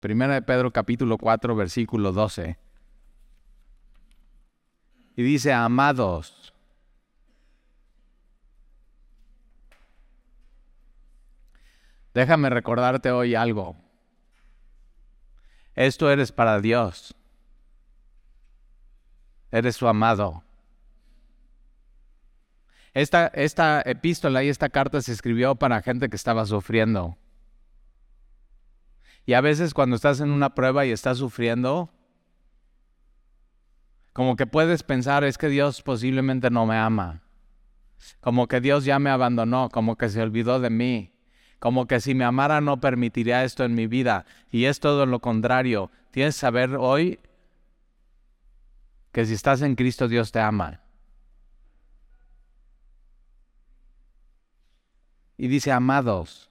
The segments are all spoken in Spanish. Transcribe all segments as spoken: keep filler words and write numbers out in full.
Primera de Pedro capítulo cuatro, versículo doce. Y dice, amados, déjame recordarte hoy algo. Esto eres para Dios. Eres su amado. Esta, esta epístola y esta carta se escribió para gente que estaba sufriendo. Y a veces cuando estás en una prueba y estás sufriendo, como que puedes pensar, es que Dios posiblemente no me ama. Como que Dios ya me abandonó, como que se olvidó de mí. Como que si me amara no permitiría esto en mi vida. Y es todo lo contrario. Tienes que saber hoy que si estás en Cristo, Dios te ama. Y dice, amados,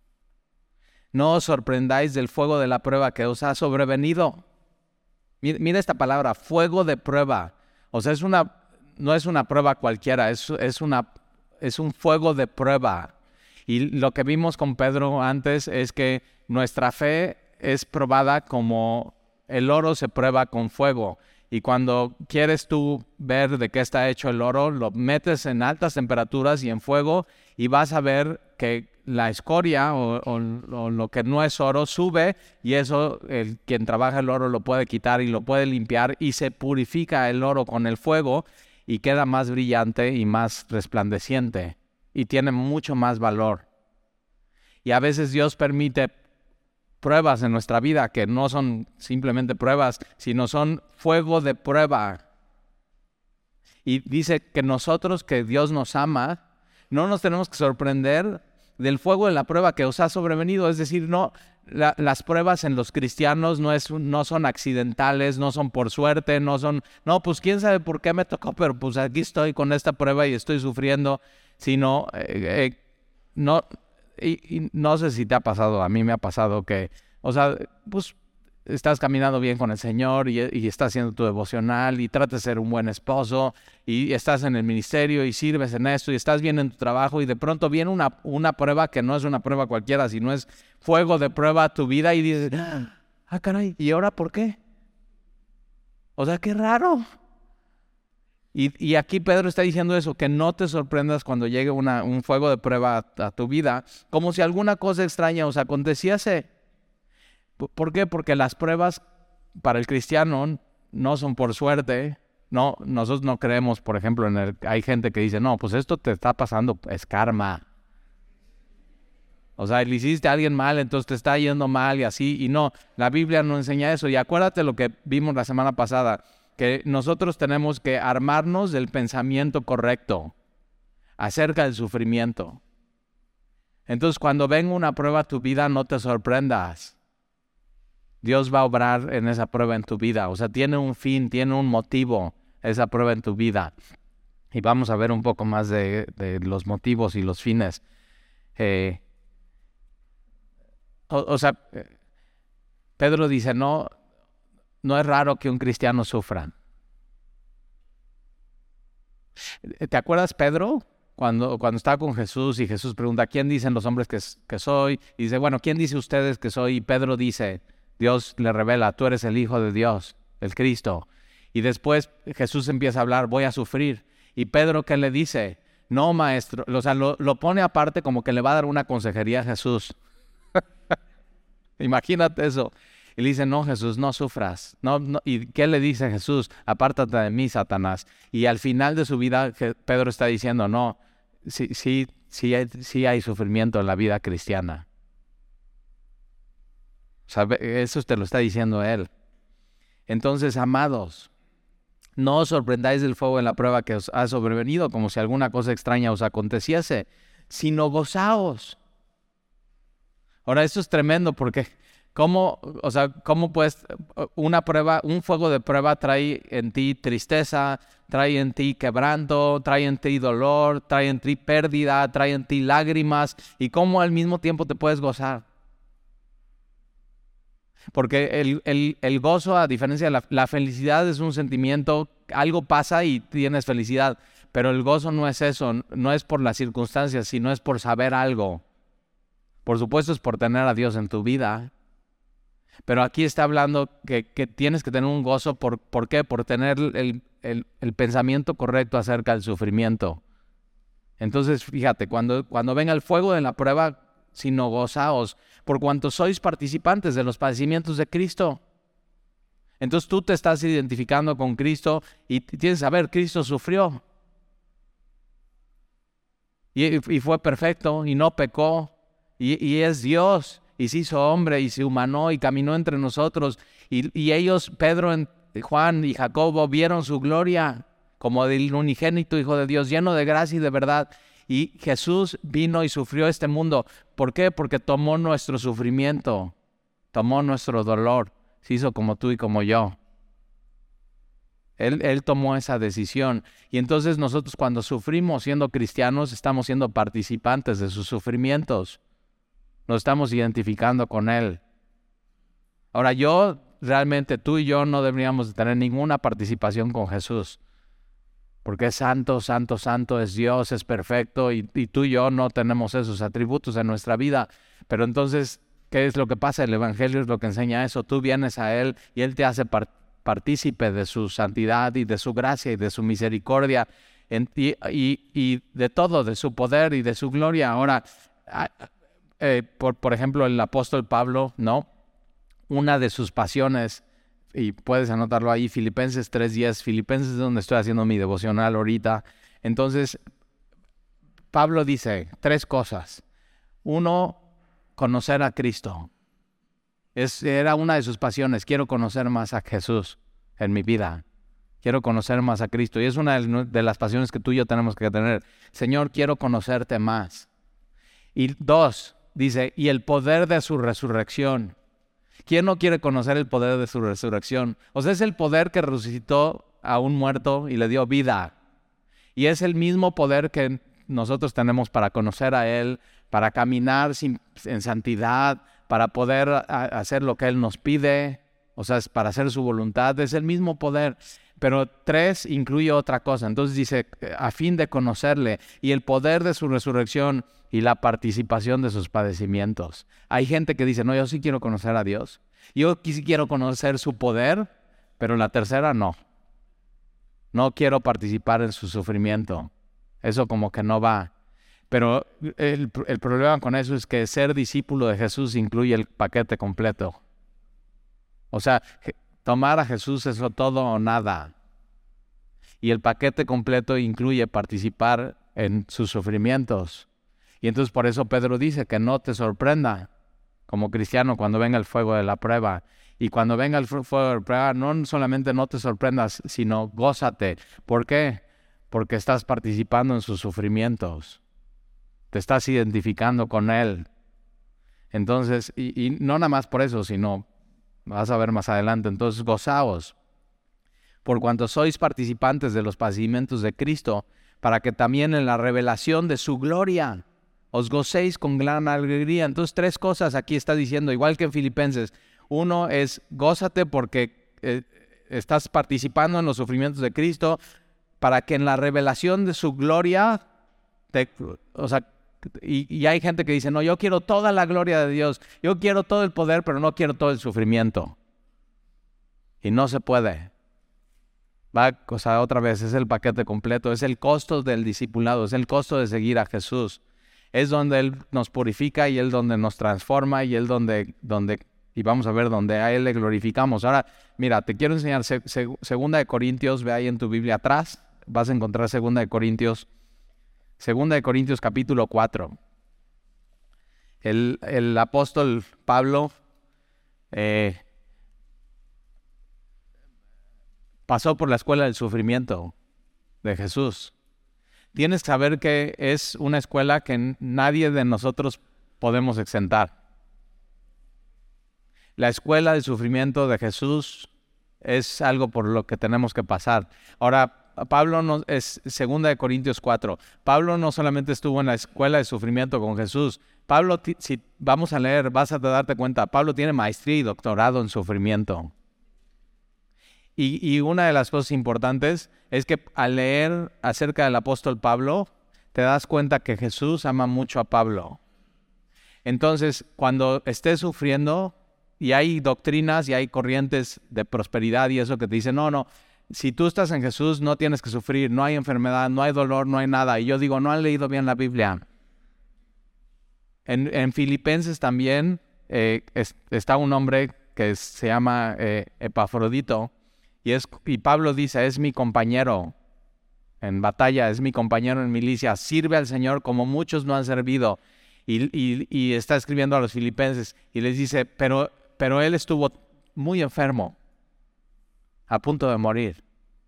no os sorprendáis del fuego de la prueba que os ha sobrevenido. Mira, mira esta palabra, fuego de prueba. O sea, es una, no es una prueba cualquiera, es, es, una, es un fuego de prueba. Y lo que vimos con Pedro antes es que nuestra fe es probada como el oro se prueba con fuego. Y cuando quieres tú ver de qué está hecho el oro, lo metes en altas temperaturas y en fuego y vas a ver que la escoria o, o, o lo que no es oro sube y eso el, quien trabaja el oro lo puede quitar y lo puede limpiar y se purifica el oro con el fuego y queda más brillante y más resplandeciente y tiene mucho más valor. Y a veces Dios permite pruebas en nuestra vida que no son simplemente pruebas, sino son fuego de prueba. Y dice que nosotros, que Dios nos ama, no nos tenemos que sorprender del fuego de la prueba que os ha sobrevenido. Es decir, no, la, las pruebas en los cristianos no, es, no son accidentales, no son por suerte, no son, no, pues quién sabe por qué me tocó, pero pues aquí estoy con esta prueba y estoy sufriendo, sino, eh, eh, no... Y, y no sé si te ha pasado, a mí me ha pasado que, o sea, pues estás caminando bien con el Señor y, y estás haciendo tu devocional y tratas de ser un buen esposo y estás en el ministerio y sirves en esto y estás bien en tu trabajo y de pronto viene una, una prueba que no es una prueba cualquiera, sino es fuego de prueba a tu vida y dices, ah, caray, ¿y ahora por qué? O sea, qué raro. Y, y aquí Pedro está diciendo eso, que no te sorprendas cuando llegue una, un fuego de prueba a, a tu vida, como si alguna cosa extraña os aconteciese. ¿Por qué? Porque las pruebas para el cristiano no son por suerte. No, nosotros no creemos, por ejemplo, en el, hay gente que dice, no, pues esto te está pasando, es karma. O sea, le hiciste a alguien mal, entonces te está yendo mal y así. Y no, la Biblia no enseña eso. Y acuérdate lo que vimos la semana pasada, que nosotros tenemos que armarnos del pensamiento correcto acerca del sufrimiento. Entonces, cuando venga una prueba a tu vida, no te sorprendas. Dios va a obrar en esa prueba en tu vida. O sea, tiene un fin, tiene un motivo esa prueba en tu vida. Y vamos a ver un poco más de, de los motivos y los fines. Eh, o, o sea, Pedro dice, no... No es raro que un cristiano sufra. ¿Te acuerdas, Pedro? Cuando, cuando estaba con Jesús y Jesús pregunta, ¿quién dicen los hombres que, que soy? Y dice, bueno, ¿quién dice ustedes que soy? Y Pedro dice, Dios le revela, tú eres el Hijo de Dios, el Cristo. Y después Jesús empieza a hablar, voy a sufrir. Y Pedro, ¿qué le dice? No, maestro. O sea, lo, lo pone aparte como que le va a dar una consejería a Jesús. Imagínate eso. Y le dice, no, Jesús, no sufras. No, no. ¿Y qué le dice Jesús? Apártate de mí, Satanás. Y al final de su vida, Pedro está diciendo, no, sí, sí, sí, hay, sí hay sufrimiento en la vida cristiana. O sea, eso te lo está diciendo él. Entonces, amados, no os sorprendáis del fuego en la prueba que os ha sobrevenido, como si alguna cosa extraña os aconteciese, sino gozaos. Ahora, esto es tremendo porque... ¿Cómo, o sea, cómo puedes, una prueba, un fuego de prueba trae en ti tristeza, trae en ti quebranto, trae en ti dolor, trae en ti pérdida, trae en ti lágrimas, y cómo al mismo tiempo te puedes gozar? Porque el, el, el gozo, a diferencia de la, la felicidad, es un sentimiento, algo pasa y tienes felicidad, pero el gozo no es eso, no es por las circunstancias, sino es por saber algo. Por supuesto es por tener a Dios en tu vida. Pero aquí está hablando que, que tienes que tener un gozo. ¿Por, ¿por qué? Por tener el, el, el pensamiento correcto acerca del sufrimiento. Entonces, fíjate, cuando, cuando venga el fuego de la prueba, sino gozaos, por cuanto sois participantes de los padecimientos de Cristo. Entonces tú te estás identificando con Cristo y tienes que saber, Cristo sufrió. Y, y fue perfecto y no pecó. Y, y es Dios. Y se hizo hombre y se humanó y caminó entre nosotros. Y, y ellos, Pedro, Juan y Jacobo, vieron su gloria como del unigénito Hijo de Dios, lleno de gracia y de verdad. Y Jesús vino y sufrió este mundo. ¿Por qué? Porque tomó nuestro sufrimiento, tomó nuestro dolor, se hizo como tú y como yo. Él, él tomó esa decisión. Y entonces nosotros cuando sufrimos siendo cristianos, estamos siendo participantes de sus sufrimientos. Nos estamos identificando con Él. Ahora yo, realmente tú y yo no deberíamos de tener ninguna participación con Jesús. Porque es santo, santo, santo, es Dios, es perfecto, y, y tú y yo no tenemos esos atributos en nuestra vida. Pero entonces, ¿qué es lo que pasa? El Evangelio es lo que enseña eso. Tú vienes a Él y Él te hace part- partícipe de su santidad y de su gracia y de su misericordia en, y, y, y de todo, de su poder y de su gloria. Ahora, eh, por, por ejemplo, el apóstol Pablo, ¿no? Una de sus pasiones, y puedes anotarlo ahí, Filipenses tres diez, Filipenses es donde estoy haciendo mi devocional ahorita. Entonces, Pablo dice tres cosas. Uno, conocer a Cristo. Es, era una de sus pasiones. Quiero conocer más a Jesús en mi vida. Quiero conocer más a Cristo. Y es una de las pasiones que tú y yo tenemos que tener. Señor, quiero conocerte más. Y dos, dice, y el poder de su resurrección. ¿Quién no quiere conocer el poder de su resurrección? O sea, es el poder que resucitó a un muerto y le dio vida. Y es el mismo poder que nosotros tenemos para conocer a Él, para caminar sin, en santidad, para poder a, hacer lo que Él nos pide, o sea, es para hacer su voluntad. Es el mismo poder. Pero tres incluye otra cosa. Entonces dice, a fin de conocerle y el poder de su resurrección y la participación de sus padecimientos. Hay gente que dice, no, yo sí quiero conocer a Dios. Yo sí quiero conocer su poder, pero la tercera no. No quiero participar en su sufrimiento. Eso como que no va. Pero el, el problema con eso es que ser discípulo de Jesús incluye el paquete completo. O sea, tomar a Jesús es todo o nada. Y el paquete completo incluye participar en sus sufrimientos. Y entonces por eso Pedro dice que no te sorprenda como cristiano cuando venga el fuego de la prueba. Y cuando venga el fuego de la prueba, no solamente no te sorprendas, sino gózate. ¿Por qué? Porque estás participando en sus sufrimientos. Te estás identificando con Él. Entonces, y, y no nada más por eso, sino, vas a ver más adelante, entonces gozaos, por cuanto sois participantes de los padecimientos de Cristo, para que también en la revelación de su gloria os gocéis con gran alegría. Entonces, tres cosas aquí está diciendo, igual que en Filipenses. Uno es, gózate porque eh, estás participando en los sufrimientos de Cristo, para que en la revelación de su gloria, te, o sea, y, y hay gente que dice, no, yo quiero toda la gloria de Dios, yo quiero todo el poder, pero no quiero todo el sufrimiento. Y no se puede. Va, o sea, otra vez, es el paquete completo, es el costo del discipulado, es el costo de seguir a Jesús. Es donde Él nos purifica y Él donde nos transforma y Él donde, donde y vamos a ver donde a Él le glorificamos. Ahora, mira, te quiero enseñar se, se, Segunda de Corintios, ve ahí en tu Biblia atrás, vas a encontrar Segunda de Corintios, Segunda de Corintios capítulo cuatro. El, el apóstol Pablo eh, pasó por la escuela del sufrimiento de Jesús. Tienes que saber que es una escuela que nadie de nosotros podemos exentar. La escuela del sufrimiento de Jesús es algo por lo que tenemos que pasar. Ahora, Pablo no, es Segunda de Corintios cuatro. Pablo no solamente estuvo en la escuela de sufrimiento con Jesús. Pablo, si vamos a leer, vas a darte cuenta, Pablo tiene maestría y doctorado en sufrimiento. Y, y una de las cosas importantes es que al leer acerca del apóstol Pablo, te das cuenta que Jesús ama mucho a Pablo. Entonces, cuando estés sufriendo, y hay doctrinas y hay corrientes de prosperidad y eso que te dicen, no, no, si tú estás en Jesús no tienes que sufrir, no hay enfermedad, no hay dolor, no hay nada. Y yo digo, no han leído bien la Biblia. En, en Filipenses también eh, es, está un hombre que es, se llama eh, Epafrodito, y, es, y Pablo dice, es mi compañero en batalla, es mi compañero en milicia, sirve al Señor como muchos no han servido. Y, y, y está escribiendo a los filipenses y les dice, pero, pero él estuvo muy enfermo, a punto de morir.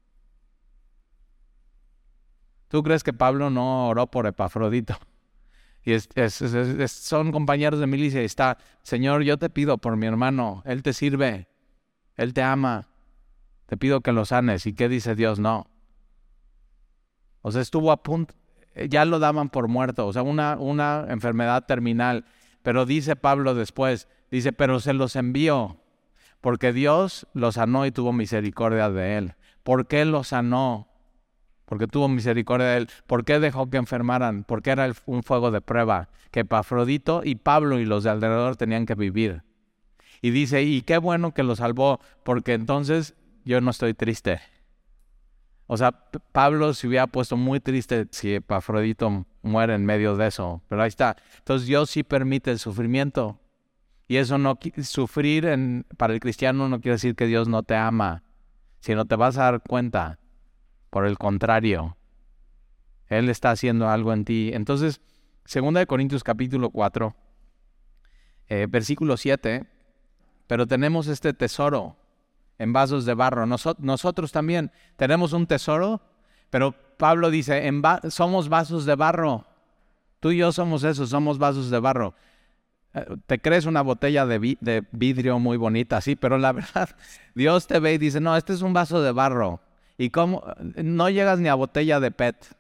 ¿Tú crees que Pablo no oró por Epafrodito? Y es, es, es, es, son compañeros de milicia y está, Señor, yo te pido por mi hermano, él te sirve, él te ama, te pido que lo sanes. ¿Y qué dice Dios? No. O sea, estuvo a punto, ya lo daban por muerto, o sea, una, una enfermedad terminal. Pero dice Pablo después, dice, pero se los envió, porque Dios lo sanó y tuvo misericordia de él. ¿Por qué lo sanó? Porque tuvo misericordia de él. ¿Por qué dejó que enfermaran? Porque era el, un fuego de prueba que Epafrodito y Pablo y los de alrededor tenían que vivir. Y dice, y qué bueno que lo salvó, porque entonces yo no estoy triste. O sea, Pablo se hubiera puesto muy triste si Epafrodito muere en medio de eso. Pero ahí está. Entonces Dios sí permite el sufrimiento. Y eso no, sufrir en, para el cristiano no quiere decir que Dios no te ama, sino te vas a dar cuenta. Por el contrario, Él está haciendo algo en ti. Entonces, segunda de Corintios capítulo cuatro, eh, versículo siete, pero tenemos este tesoro en vasos de barro. Nos, nosotros también tenemos un tesoro, pero Pablo dice, en va, somos vasos de barro. Tú y yo somos eso, somos vasos de barro. Eh, te crees una botella de, vi, de vidrio muy bonita, sí, pero la verdad, Dios te ve y dice, no, este es un vaso de barro. ¿Y cómo? No llegas ni a botella de P E T.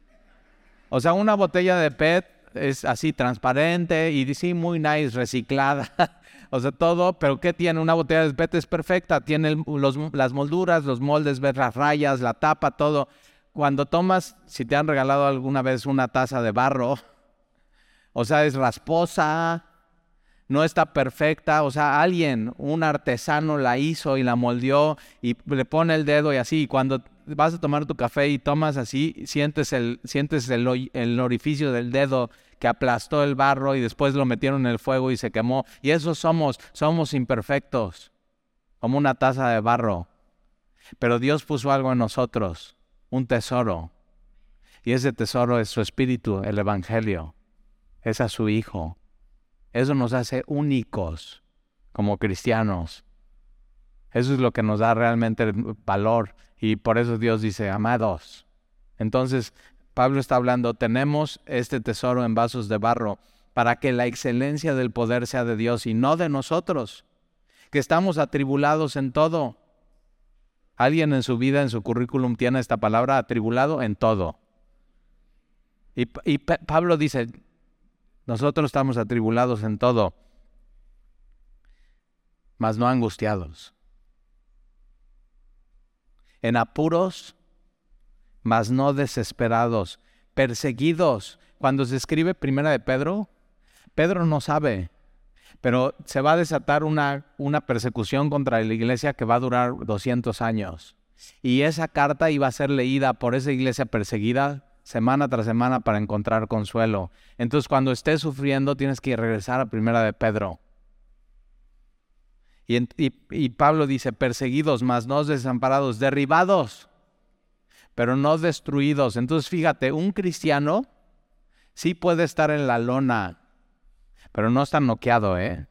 O sea, una botella de P E T es así transparente y sí, muy nice, reciclada. O sea, todo, pero ¿qué tiene? Una botella de P E T es perfecta. Tiene el, los, las molduras, los moldes, ves las rayas, la tapa, todo. Cuando tomas, si te han regalado alguna vez una taza de barro, o sea, es rasposa, no está perfecta, o sea, alguien, un artesano la hizo y la moldeó y le pone el dedo y así, y cuando vas a tomar tu café y tomas así, sientes el, sientes el, el orificio del dedo que aplastó el barro y después lo metieron en el fuego y se quemó. Y eso somos, somos imperfectos, como una taza de barro. Pero Dios puso algo en nosotros, un tesoro, y ese tesoro es su espíritu, el evangelio, es a su Hijo. Eso nos hace únicos como cristianos. Eso es lo que nos da realmente valor. Y por eso Dios dice, amados. Entonces, Pablo está hablando, tenemos este tesoro en vasos de barro para que la excelencia del poder sea de Dios y no de nosotros, que estamos atribulados en todo. ¿Alguien en su vida, en su currículum, tiene esta palabra, atribulado en todo? Y, y Pablo dice, nosotros estamos atribulados en todo, mas no angustiados. En apuros, mas no desesperados. Perseguidos. Cuando se escribe Primera de Pedro, Pedro no sabe, pero se va a desatar una, una persecución contra la iglesia que va a durar doscientos años. Y esa carta iba a ser leída por esa iglesia perseguida semana tras semana para encontrar consuelo. Entonces, cuando estés sufriendo, tienes que regresar a Primera de Pedro. Y, y, y Pablo dice, perseguidos, mas no desamparados, derribados, pero no destruidos. Entonces, fíjate, un cristiano sí puede estar en la lona, pero no está noqueado, ¿eh?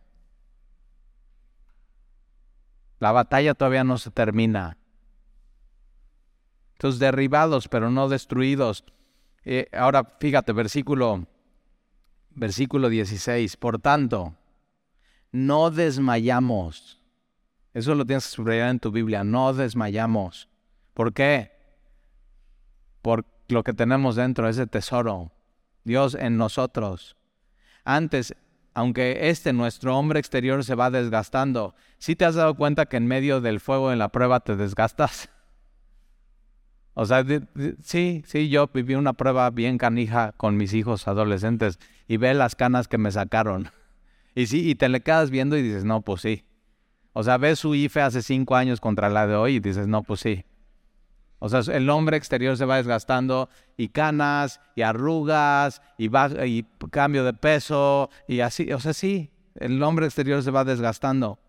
La batalla todavía no se termina. Entonces, derribados, pero no destruidos. Eh, ahora, fíjate, versículo, versículo dieciséis. Por tanto, no desmayamos. Eso lo tienes que subrayar en tu Biblia. No desmayamos. ¿Por qué? Por lo que tenemos dentro, ese tesoro. Dios en nosotros. Antes, aunque este, nuestro hombre exterior, se va desgastando, ¿sí te has dado cuenta que en medio del fuego en la prueba te desgastas? O sea, de, de, sí, sí, yo viví una prueba bien canija con mis hijos adolescentes y ve las canas que me sacaron. Y sí, y te le quedas viendo y dices, no, pues sí, O sea, ves su I F E hace cinco años contra la de hoy y dices, no, pues sí. O sea, el hombre exterior se va desgastando y canas y arrugas y, va, y cambio de peso y así. O sea, sí, el hombre exterior se va desgastando.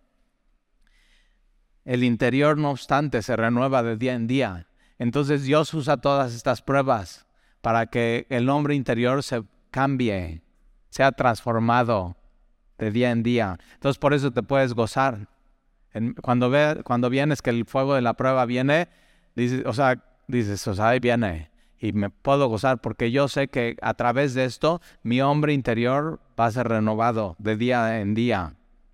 El interior, no obstante, se renueva de día en día. Entonces Dios usa todas estas pruebas para que el hombre interior se cambie, sea transformado de día en día. Entonces por eso te puedes gozar. En, cuando, ve, cuando vienes que el fuego de la prueba viene, dices, o sea, dices, o sea, ahí viene. Y me puedo gozar porque yo sé que a través de esto mi hombre interior va a ser renovado de día en día.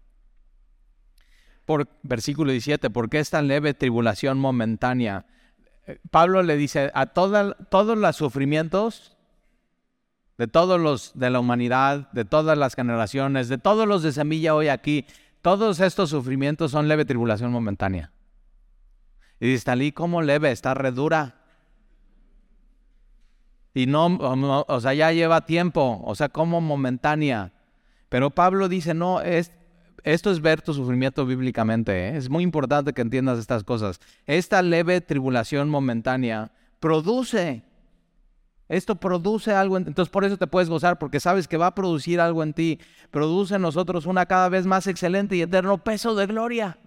Por versículo diecisiete, ¿por qué esta leve tribulación momentánea? Pablo le dice a toda, todos los sufrimientos de todos los de la humanidad, de todas las generaciones, de todos los de semilla hoy aquí, todos estos sufrimientos son leve tribulación momentánea. Y dice, Talí, ¿cómo leve? Está re dura. Y no, no, o sea, ya lleva tiempo, o sea, como momentánea. Pero Pablo dice, no, es, esto es ver tu sufrimiento bíblicamente, ¿eh? Es muy importante que entiendas estas cosas. Esta leve tribulación momentánea produce, esto produce algo, en, entonces por eso te puedes gozar, porque sabes que va a producir algo en ti. Produce en nosotros una cada vez más excelente y eterno peso de gloria.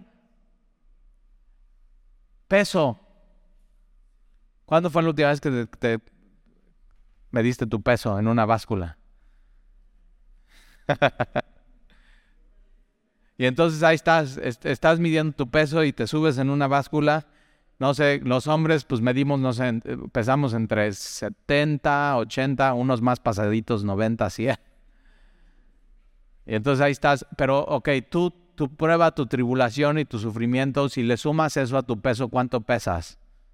Peso. ¿Cuándo fue la última vez que te, te mediste tu peso en una báscula? Y entonces ahí estás, est- estás midiendo tu peso y te subes en una báscula. No sé, los hombres pues medimos, no sé, en- pesamos entre setenta, ochenta, unos más pasaditos, noventa, cien. Y entonces ahí estás, pero ok, tú, tú prueba tu tribulación y tu sufrimiento, si le sumas eso a tu peso, ¿cuánto pesas?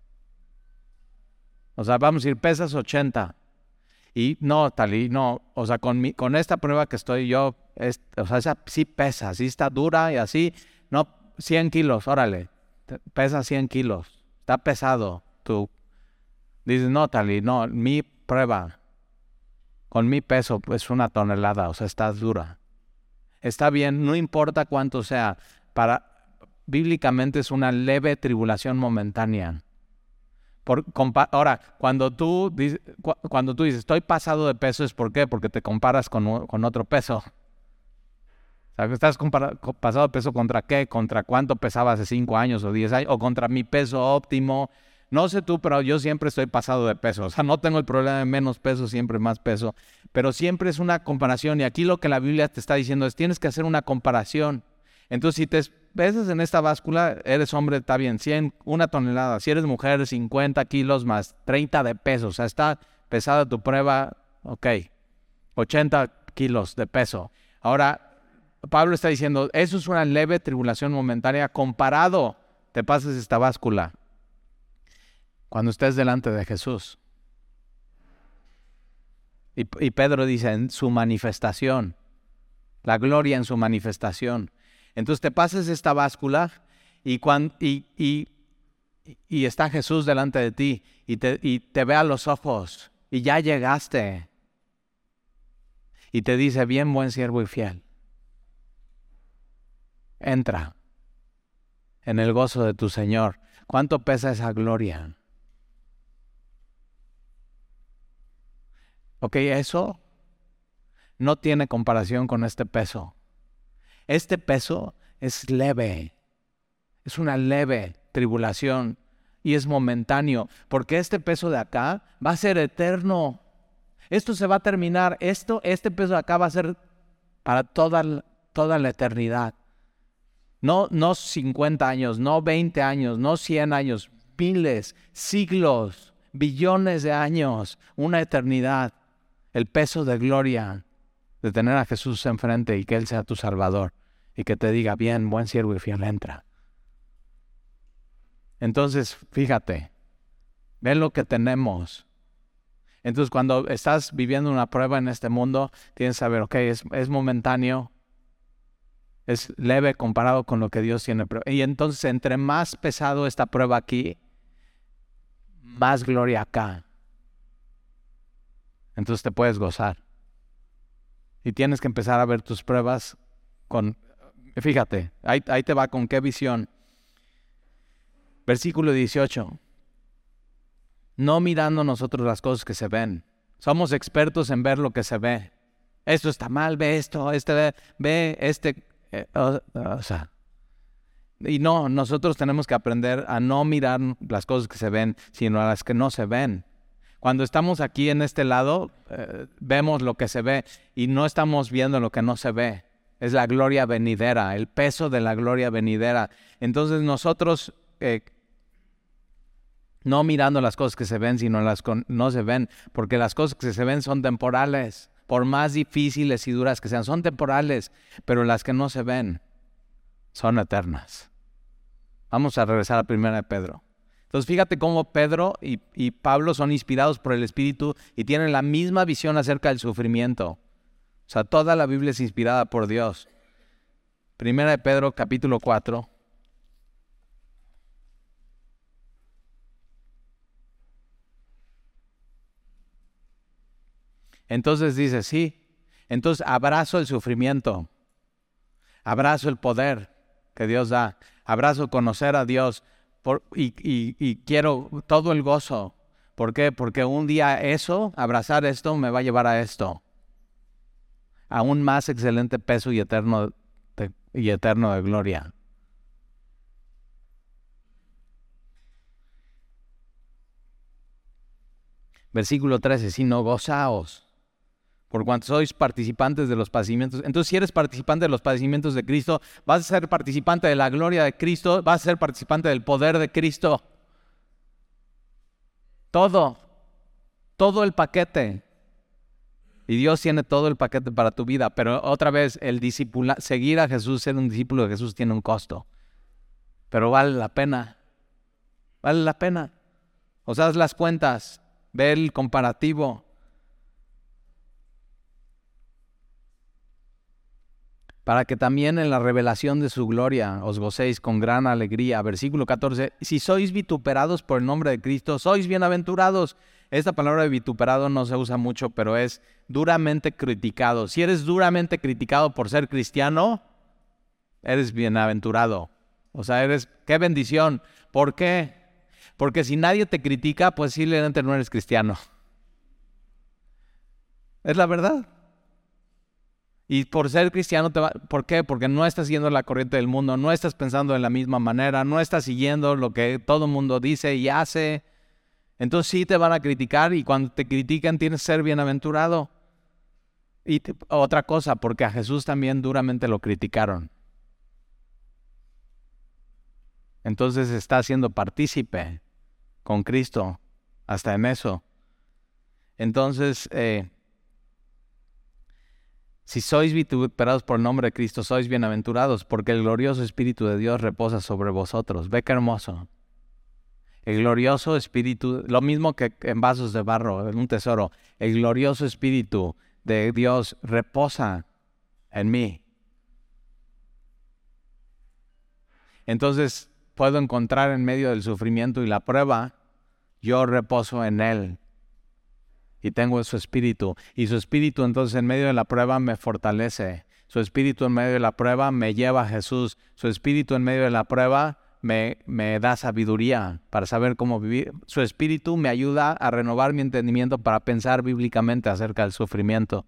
O sea, vamos a ir, pesas ochenta. Y no, Talí, no, o sea, con, mi, con esta prueba que estoy yo, es, o sea, esa sí pesa, sí está dura y así, no, cien kilos, órale, pesa cien kilos, está pesado. Tú dices, no, Talí, no, mi prueba, con mi peso, pues una tonelada, o sea, está dura. Está bien, no importa cuánto sea, para, bíblicamente es una leve tribulación momentánea. Por, compa- ahora, cuando tú, dices, cu cuando tú dices, estoy pasado de peso, ¿es por qué? Porque te comparas con, con otro peso. O sea, ¿estás pasado de peso contra qué? ¿Contra cuánto pesaba hace cinco años o diez años? ¿O contra mi peso óptimo? No sé tú, pero yo siempre estoy pasado de peso. O sea, no tengo el problema de menos peso, siempre más peso. Pero siempre es una comparación. Y aquí lo que la Biblia te está diciendo es, tienes que hacer una comparación. Entonces, si te pesas en esta báscula, eres hombre, está bien, cien, una tonelada. Si eres mujer, cincuenta kilos más treinta de peso. O sea, está pesada tu prueba, ok, ochenta kilos de peso. Ahora, Pablo está diciendo, eso es una leve tribulación momentánea comparado, te pasas esta báscula cuando estés delante de Jesús. Y, y Pedro dice, en su manifestación, la gloria en su manifestación. Entonces te pasas esta báscula y, cuando, y, y, y está Jesús delante de ti y te, y te ve a los ojos y ya llegaste. Y te dice, bien, buen siervo y fiel. Entra en el gozo de tu Señor. ¿Cuánto pesa esa gloria? Ok, eso no tiene comparación con este peso. Este peso es leve, es una leve tribulación y es momentáneo, porque este peso de acá va a ser eterno. Esto se va a terminar, esto, este peso de acá va a ser para toda, toda la eternidad. No, no cincuenta años, no veinte años, no cien años, miles, siglos, billones de años, una eternidad. El peso de gloria de tener a Jesús enfrente y que Él sea tu Salvador y que te diga, bien, buen siervo y fiel, entra. Entonces, fíjate, ven lo que tenemos. Entonces, cuando estás viviendo una prueba en este mundo, tienes que saber, ok, es, es momentáneo, es leve comparado con lo que Dios tiene. Y entonces, entre más pesado esta prueba aquí, más gloria acá. Entonces te puedes gozar. Y tienes que empezar a ver tus pruebas con, Fíjate, ahí, ahí te va con qué visión. Versículo dieciocho. No mirando nosotros las cosas que se ven. Somos expertos en ver lo que se ve. Esto está mal, ve esto, este ve, ve este. Eh, o, o sea, y no, nosotros tenemos que aprender a no mirar las cosas que se ven, sino a las que no se ven. Cuando estamos aquí en este lado, eh, vemos lo que se ve y no estamos viendo lo que no se ve. Es la gloria venidera, el peso de la gloria venidera. Entonces nosotros, eh, no mirando las cosas que se ven, sino las que no se ven, porque las cosas que se ven son temporales, por más difíciles y duras que sean, son temporales, pero las que no se ven son eternas. Vamos a regresar a Primera de Pedro. Entonces fíjate cómo Pedro y, y Pablo son inspirados por el Espíritu y tienen la misma visión acerca del sufrimiento. O sea, toda la Biblia es inspirada por Dios. Primera de Pedro, capítulo cuatro. Entonces dice, sí, entonces abrazo el sufrimiento, abrazo el poder que Dios da, abrazo conocer a Dios por, y, y, y quiero todo el gozo. ¿Por qué? Porque un día eso, abrazar esto, me va a llevar a esto, a un más excelente peso y eterno de, y eterno de gloria. Versículo trece, sino gozaos, por cuanto sois participantes de los padecimientos. Entonces, si eres participante de los padecimientos de Cristo, vas a ser participante de la gloria de Cristo, vas a ser participante del poder de Cristo. Todo, todo el paquete. Y Dios tiene todo el paquete para tu vida, pero otra vez, el discipula, seguir a Jesús, ser un discípulo de Jesús tiene un costo. Pero vale la pena, vale la pena. O sea, haz las cuentas, ve el comparativo. Para que también en la revelación de su gloria os gocéis con gran alegría. Versículo catorce, si sois vituperados por el nombre de Cristo, sois bienaventurados. Esta palabra de vituperado no se usa mucho, pero es duramente criticado. Si eres duramente criticado por ser cristiano, eres bienaventurado. O sea, eres, qué bendición. ¿Por qué? Porque si nadie te critica, pues posiblemente no eres cristiano. Es la verdad. Y por ser cristiano, te va, ¿por qué? Porque no estás siguiendo la corriente del mundo, no estás pensando de la misma manera, no estás siguiendo lo que todo el mundo dice y hace. Entonces sí te van a criticar y cuando te critican tienes que ser bienaventurado. Y te, otra cosa, porque a Jesús también duramente lo criticaron. Entonces está siendo partícipe con Cristo, hasta en eso. Entonces, eh, si sois vituperados por el nombre de Cristo, sois bienaventurados, porque el glorioso Espíritu de Dios reposa sobre vosotros. Ve qué hermoso. El glorioso Espíritu, lo mismo que en vasos de barro, en un tesoro, el glorioso Espíritu de Dios reposa en mí. Entonces puedo encontrar en medio del sufrimiento y la prueba, yo reposo en Él. Y tengo su espíritu. Y su espíritu entonces en medio de la prueba me fortalece. Su espíritu en medio de la prueba me lleva a Jesús. Su espíritu en medio de la prueba me, me da sabiduría para saber cómo vivir. Su espíritu me ayuda a renovar mi entendimiento para pensar bíblicamente acerca del sufrimiento.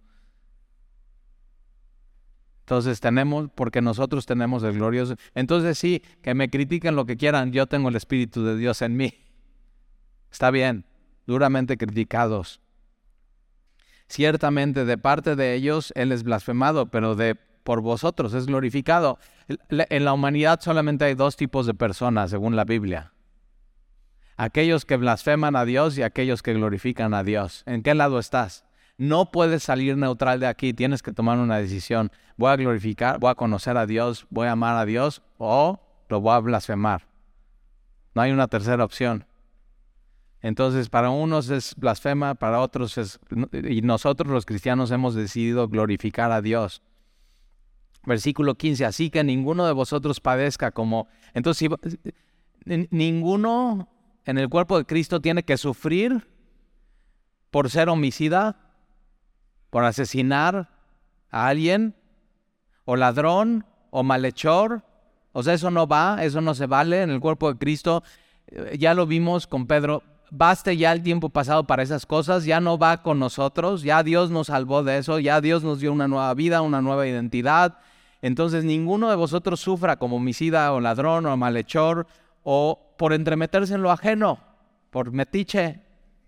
Entonces tenemos, porque nosotros tenemos el glorioso. Entonces sí, que me critiquen lo que quieran, yo tengo el Espíritu de Dios en mí. Está bien, duramente criticados. Ciertamente de parte de ellos Él es blasfemado, pero de por vosotros es glorificado. En la humanidad solamente hay dos tipos de personas, según la Biblia. Aquellos que blasfeman a Dios y aquellos que glorifican a Dios. ¿En qué lado estás? No puedes salir neutral de aquí, tienes que tomar una decisión. Voy a glorificar, voy a conocer a Dios, voy a amar a Dios o lo voy a blasfemar. No hay una tercera opción. Entonces, para unos es blasfema, para otros es... Y nosotros los cristianos hemos decidido glorificar a Dios. Versículo quince, así que ninguno de vosotros padezca como... Entonces, si, ninguno en el cuerpo de Cristo tiene que sufrir por ser homicida, por asesinar a alguien, o ladrón, o malhechor. O sea, eso no va, eso no se vale en el cuerpo de Cristo. Ya lo vimos con Pedro. Baste ya el tiempo pasado para esas cosas, ya no va con nosotros, ya Dios nos salvó de eso, ya Dios nos dio una nueva vida, una nueva identidad. Entonces ninguno de vosotros sufra como homicida o ladrón o malhechor o por entremeterse en lo ajeno, por metiche.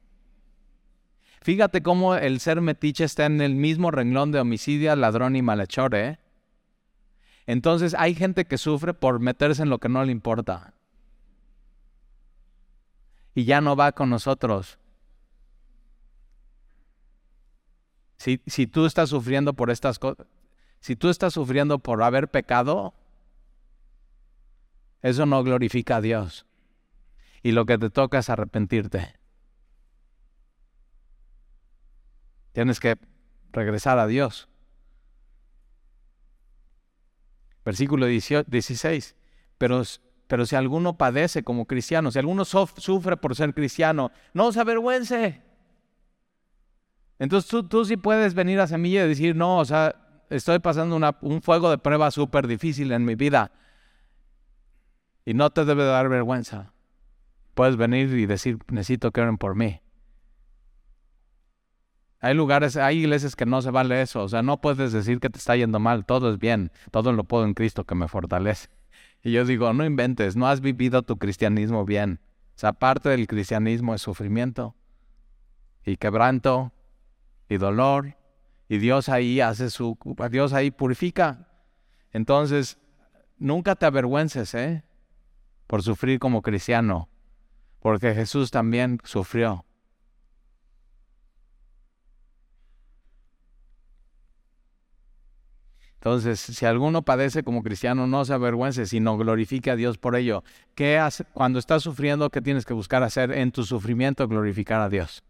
Fíjate cómo el ser metiche está en el mismo renglón de homicidio, ladrón y malhechor, ¿eh? Entonces hay gente que sufre por meterse en lo que no le importa. Y ya no va con nosotros. Si, si tú estás sufriendo por estas cosas, si tú estás sufriendo por haber pecado, eso no glorifica a Dios. Y lo que te toca es arrepentirte. Tienes que regresar a Dios. Versículo dieciséis. Pero... Pero si alguno padece como cristiano, si alguno sof- sufre por ser cristiano, no se avergüence. Entonces tú, tú sí puedes venir a Semilla y decir, no, o sea, estoy pasando una, un fuego de prueba súper difícil en mi vida. Y no te debe dar vergüenza. Puedes venir y decir, necesito que oren por mí. Hay lugares, hay iglesias que no se vale eso. O sea, no puedes decir que te está yendo mal. Todo es bien. Todo lo puedo en Cristo que me fortalece. Y yo digo, no inventes, no has vivido tu cristianismo bien. O sea, parte del cristianismo es sufrimiento y quebranto y dolor. Y Dios ahí hace su, Dios ahí purifica. Entonces, nunca te avergüences, ¿eh? Por sufrir como cristiano. Porque Jesús también sufrió. Entonces, si alguno padece como cristiano, no se avergüence, sino glorifique a Dios por ello. ¿Qué hace? Cuando estás sufriendo, ¿qué tienes que buscar hacer en tu sufrimiento? Glorificar a Dios.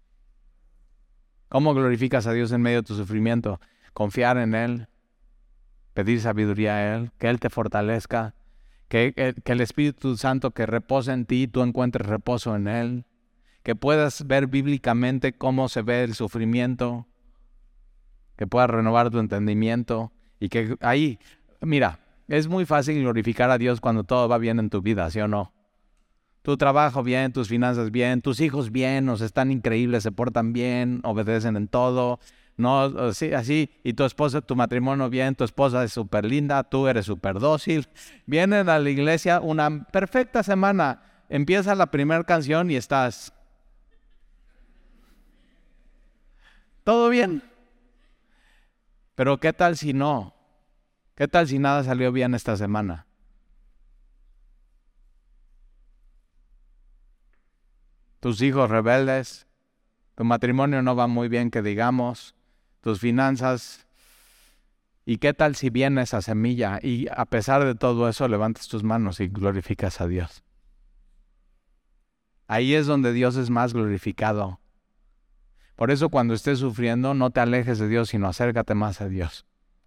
¿Cómo glorificas a Dios en medio de tu sufrimiento? Confiar en Él, pedir sabiduría a Él, que Él te fortalezca, que, que, que el Espíritu Santo que reposa en ti, tú encuentres reposo en Él, que puedas ver bíblicamente cómo se ve el sufrimiento, que puedas renovar tu entendimiento. Y que ahí, mira, es muy fácil glorificar a Dios cuando todo va bien en tu vida, ¿sí o no? Tu trabajo bien, tus finanzas bien, tus hijos bien, o sea, están increíbles, se portan bien, obedecen en todo, no, así, así, y tu esposa, tu matrimonio bien, tu esposa es súper linda, tú eres súper dócil. Vienen a la iglesia una perfecta semana, empieza la primera canción y estás... todo bien. Pero ¿qué tal si no? ¿Qué tal si nada salió bien esta semana? Tus hijos rebeldes, tu matrimonio no va muy bien que digamos, tus finanzas. ¿Y qué tal si viene esa semilla y a pesar de todo eso levantas tus manos y glorificas a Dios? Ahí es donde Dios es más glorificado. Por eso cuando estés sufriendo, no te alejes de Dios, sino acércate más a Dios.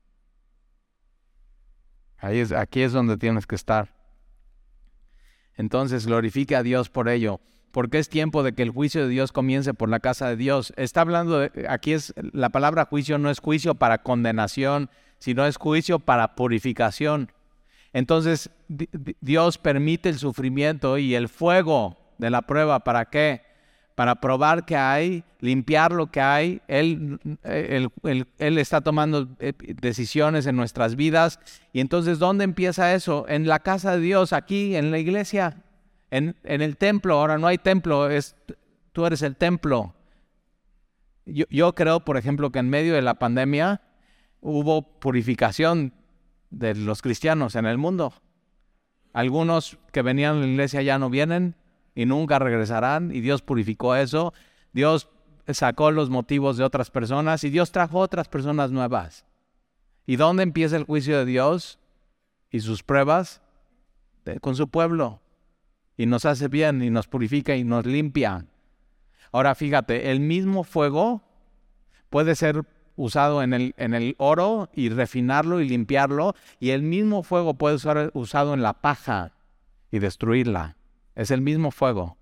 Ahí es, aquí es donde tienes que estar. Entonces glorifica a Dios por ello, porque es tiempo de que el juicio de Dios comience por la casa de Dios. Está hablando, de, aquí es, la palabra juicio no es juicio para condenación, sino es juicio para purificación. Entonces Dios permite el sufrimiento y el fuego de la prueba, ¿para qué? Para probar que hay, limpiar lo que hay. Él, él, él, él está tomando decisiones en nuestras vidas. Y entonces, ¿dónde empieza eso? En la casa de Dios, aquí, en la iglesia, en, en el templo. Ahora no hay templo, es, tú eres el templo. Yo, yo creo, por ejemplo, que en medio de la pandemia hubo purificación de los cristianos en el mundo. Algunos que venían a la iglesia ya no vienen y nunca regresarán, y Dios purificó eso. Dios sacó los motivos de otras personas y Dios trajo otras personas nuevas. ¿Y dónde empieza el juicio de Dios y sus pruebas? De, con su pueblo. Y nos hace bien y nos purifica y nos limpia. Ahora fíjate, el mismo fuego puede ser usado en el, en el oro y refinarlo y limpiarlo, y el mismo fuego puede ser usado en la paja y destruirla. Es el mismo fuego.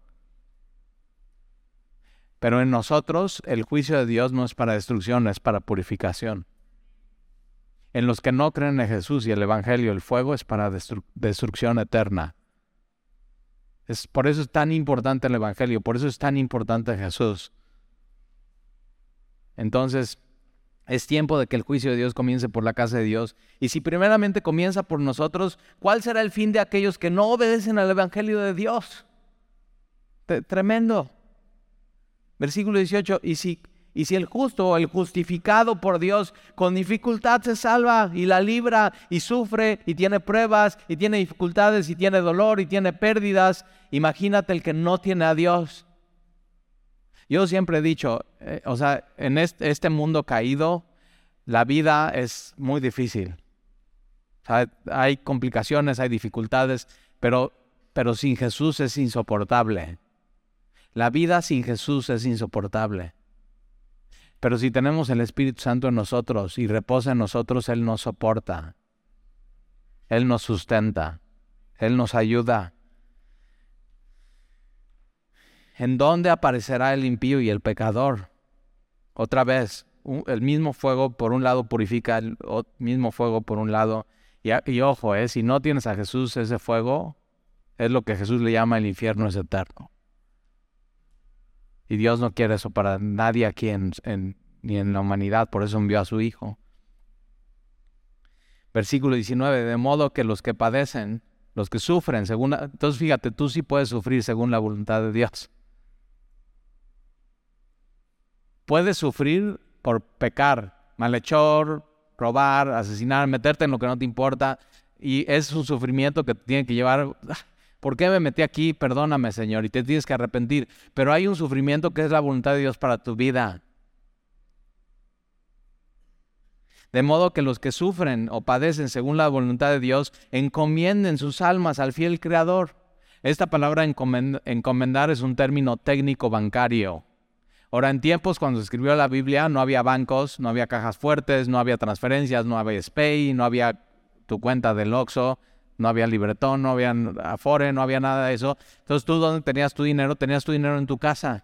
Pero en nosotros el juicio de Dios no es para destrucción, es para purificación. En los que no creen en Jesús y el Evangelio, el fuego es para destru- destrucción eterna. Es, por eso es tan importante el Evangelio, por eso es tan importante Jesús. Entonces, es tiempo de que el juicio de Dios comience por la casa de Dios. Y si primeramente comienza por nosotros, ¿cuál será el fin de aquellos que no obedecen al Evangelio de Dios? T- tremendo. Versículo dieciocho, y si, y si el justo o el justificado por Dios con dificultad se salva y la libra y sufre y tiene pruebas y tiene dificultades y tiene dolor y tiene pérdidas, imagínate el que no tiene a Dios. Yo siempre he dicho, eh, o sea, en este, este mundo caído, la vida es muy difícil. O sea, hay complicaciones, hay dificultades, pero, pero sin Jesús es insoportable. La vida sin Jesús es insoportable. Pero si tenemos el Espíritu Santo en nosotros y reposa en nosotros, Él nos soporta. Él nos sustenta. Él nos ayuda. ¿En dónde aparecerá el impío y el pecador? Otra vez, un, el mismo fuego por un lado purifica, el o, mismo fuego por un lado. Y, y ojo, eh, si no tienes a Jesús, ese fuego es lo que Jesús le llama el infierno es eterno. Y Dios no quiere eso para nadie aquí en, en, ni en la humanidad, por eso envió a su Hijo. Versículo diecinueve, de modo que los que padecen, los que sufren, según la, entonces fíjate, tú sí puedes sufrir según la voluntad de Dios. Puedes sufrir por pecar, malhechor, robar, asesinar, meterte en lo que no te importa, y es un sufrimiento que te tiene que llevar. ¿Por qué me metí aquí? Perdóname, Señor, y te tienes que arrepentir. Pero hay un sufrimiento que es la voluntad de Dios para tu vida. De modo que los que sufren o padecen según la voluntad de Dios, encomienden sus almas al fiel Creador. Esta palabra encomend- encomendar es un término técnico bancario. Ahora, en tiempos cuando se escribió la Biblia, no había bancos, no había cajas fuertes, no había transferencias, no había SPAY, no había tu cuenta del Oxxo, no había Libretón, no había Afore, no había nada de eso. Entonces, ¿tú dónde tenías tu dinero? Tenías tu dinero en tu casa.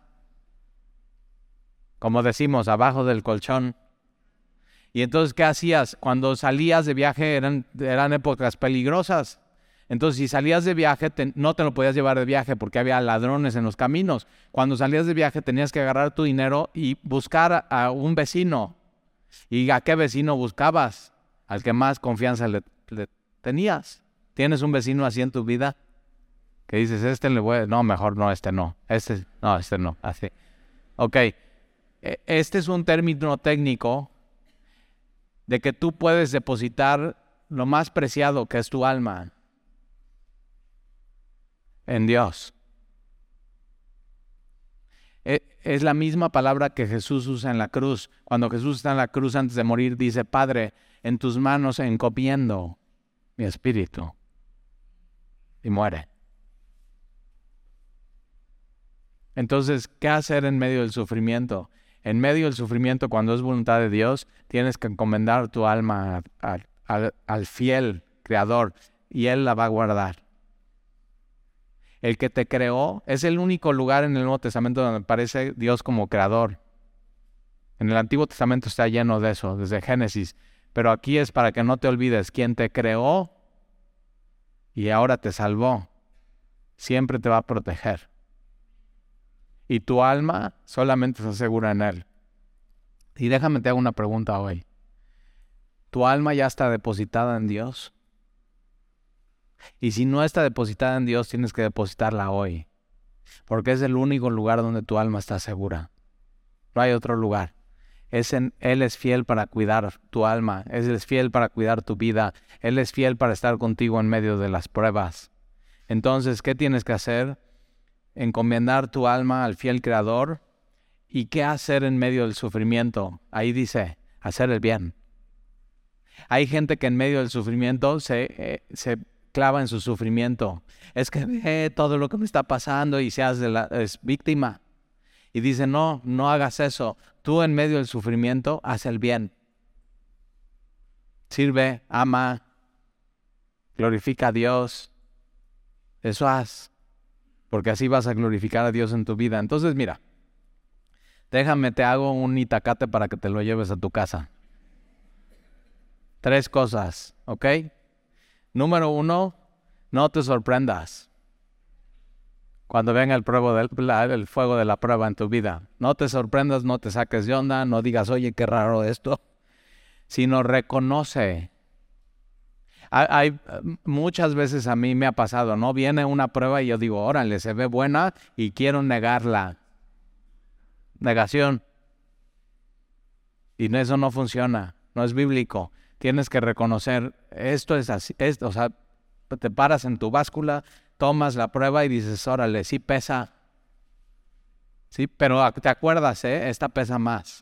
Como decimos, abajo del colchón. Y entonces, ¿qué hacías? Cuando salías de viaje, eran, eran épocas peligrosas. Entonces, si salías de viaje, te, no te lo podías llevar de viaje porque había ladrones en los caminos. Cuando salías de viaje, tenías que agarrar tu dinero y buscar a, a un vecino. ¿Y a qué vecino buscabas? Al que más confianza le, le tenías. ¿Tienes un vecino así en tu vida? Que dices, este le voy a... No, mejor no, este no. Este, no, este no. Así. Ok. Este es un término técnico de que tú puedes depositar lo más preciado que es tu alma en Dios. Es la misma palabra que Jesús usa en la cruz. Cuando Jesús está en la cruz antes de morir, dice, Padre, en tus manos encomiendo mi espíritu. Y muere. Entonces, ¿qué hacer en medio del sufrimiento? En medio del sufrimiento, cuando es voluntad de Dios, tienes que encomendar tu alma al, al, al fiel Creador y Él la va a guardar. El que te creó es el único lugar en el Nuevo Testamento donde aparece Dios como creador. En el Antiguo Testamento está lleno de eso, desde Génesis. Pero aquí es para que no te olvides, quien te creó y ahora te salvó, siempre te va a proteger. Y tu alma solamente se asegura en Él. Y déjame te hago una pregunta hoy. ¿Tu alma ya está depositada en Dios? Y si no está depositada en Dios, tienes que depositarla hoy. Porque es el único lugar donde tu alma está segura. No hay otro lugar. Es en, Él es fiel para cuidar tu alma. Él es fiel para cuidar tu vida. Él es fiel para estar contigo en medio de las pruebas. Entonces, ¿qué tienes que hacer? Encomendar tu alma al fiel Creador. ¿Y qué hacer en medio del sufrimiento? Ahí dice, hacer el bien. Hay gente que en medio del sufrimiento se, eh, se clava en su sufrimiento. Es que ve todo lo que me está pasando y se hace la, es víctima. Y dice, no, no hagas eso. Tú en medio del sufrimiento, haz el bien. Sirve, ama, glorifica a Dios. Eso haz. Porque así vas a glorificar a Dios en tu vida. Entonces, mira, déjame, te hago un itacate para que te lo lleves a tu casa. Tres cosas, ¿ok? Número uno, no te sorprendas cuando venga el, pruebo del, la, el fuego de la prueba en tu vida. No te sorprendas, no te saques de onda, no digas, oye, qué raro esto, sino reconoce. Hay, hay muchas veces a mí me ha pasado, ¿no? Viene una prueba y yo digo, órale, se ve buena y quiero negarla. Negación. Y eso no funciona, no es bíblico. Tienes que reconocer, esto es así, esto, o sea, te paras en tu báscula, tomas la prueba y dices, órale, sí pesa. Sí, pero te acuerdas, ¿eh? Esta pesa más.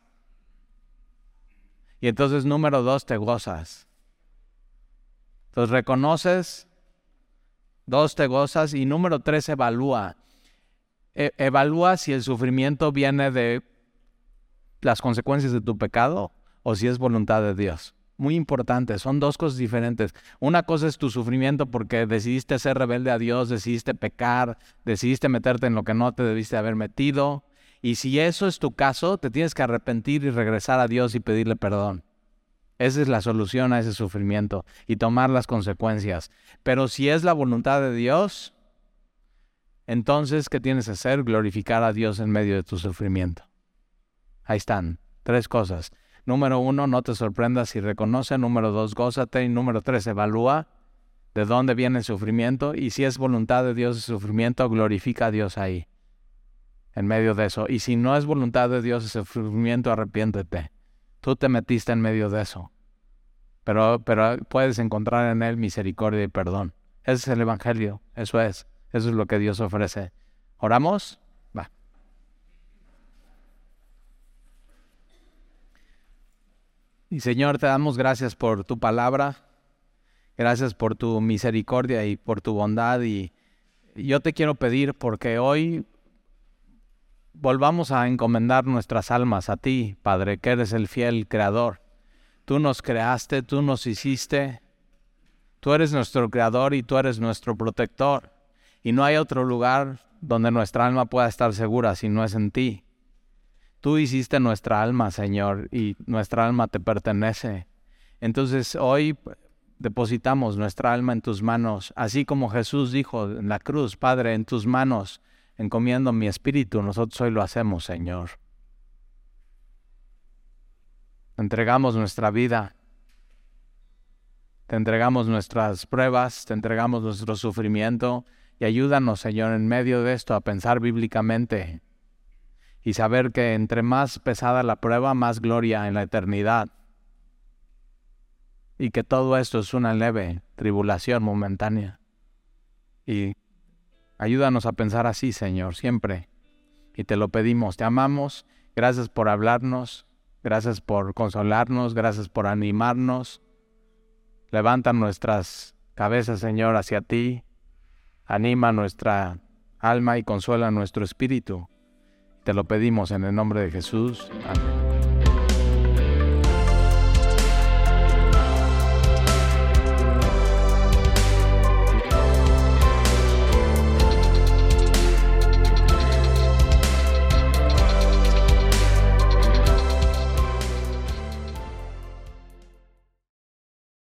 Y entonces, número dos, te gozas. Entonces, reconoces, dos, te gozas, y número tres, evalúa. E- evalúa si el sufrimiento viene de las consecuencias de tu pecado o si es voluntad de Dios. Muy importante, son dos cosas diferentes. Una cosa es tu sufrimiento porque decidiste ser rebelde a Dios, decidiste pecar, decidiste meterte en lo que no te debiste haber metido. Y si eso es tu caso, te tienes que arrepentir y regresar a Dios y pedirle perdón. Esa es la solución a ese sufrimiento y tomar las consecuencias. Pero si es la voluntad de Dios, entonces, ¿qué tienes que hacer? Glorificar a Dios en medio de tu sufrimiento. Ahí están, tres cosas. Número uno, no te sorprendas y reconoce. Número dos, gózate. Y número tres, evalúa de dónde viene el sufrimiento. Y si es voluntad de Dios el sufrimiento, glorifica a Dios ahí, en medio de eso. Y si no es voluntad de Dios el sufrimiento, arrepiéntete. Tú te metiste en medio de eso. Pero, pero puedes encontrar en Él misericordia y perdón. Ese es el Evangelio, eso es. Eso es lo que Dios ofrece. ¿Oramos? Va. Y Señor, te damos gracias por tu palabra, gracias por tu misericordia y por tu bondad. Y yo te quiero pedir porque hoy volvamos a encomendar nuestras almas a ti, Padre, que eres el fiel Creador. Tú nos creaste, tú nos hiciste, tú eres nuestro Creador y tú eres nuestro protector. Y no hay otro lugar donde nuestra alma pueda estar segura si no es en ti. Tú hiciste nuestra alma, Señor, y nuestra alma te pertenece. Entonces hoy depositamos nuestra alma en tus manos, así como Jesús dijo en la cruz, Padre, en tus manos encomiendo mi espíritu. Nosotros hoy lo hacemos, Señor. Te entregamos nuestra vida, te entregamos nuestras pruebas, te entregamos nuestro sufrimiento, y ayúdanos, Señor, en medio de esto a pensar bíblicamente y saber que entre más pesada la prueba, más gloria en la eternidad. Y que todo esto es una leve tribulación momentánea. Y ayúdanos a pensar así, Señor, siempre. Y te lo pedimos, te amamos. Gracias por hablarnos, gracias por consolarnos, gracias por animarnos. Levanta nuestras cabezas, Señor, hacia ti. Anima nuestra alma y consuela nuestro espíritu. Te lo pedimos en el nombre de Jesús. Amén.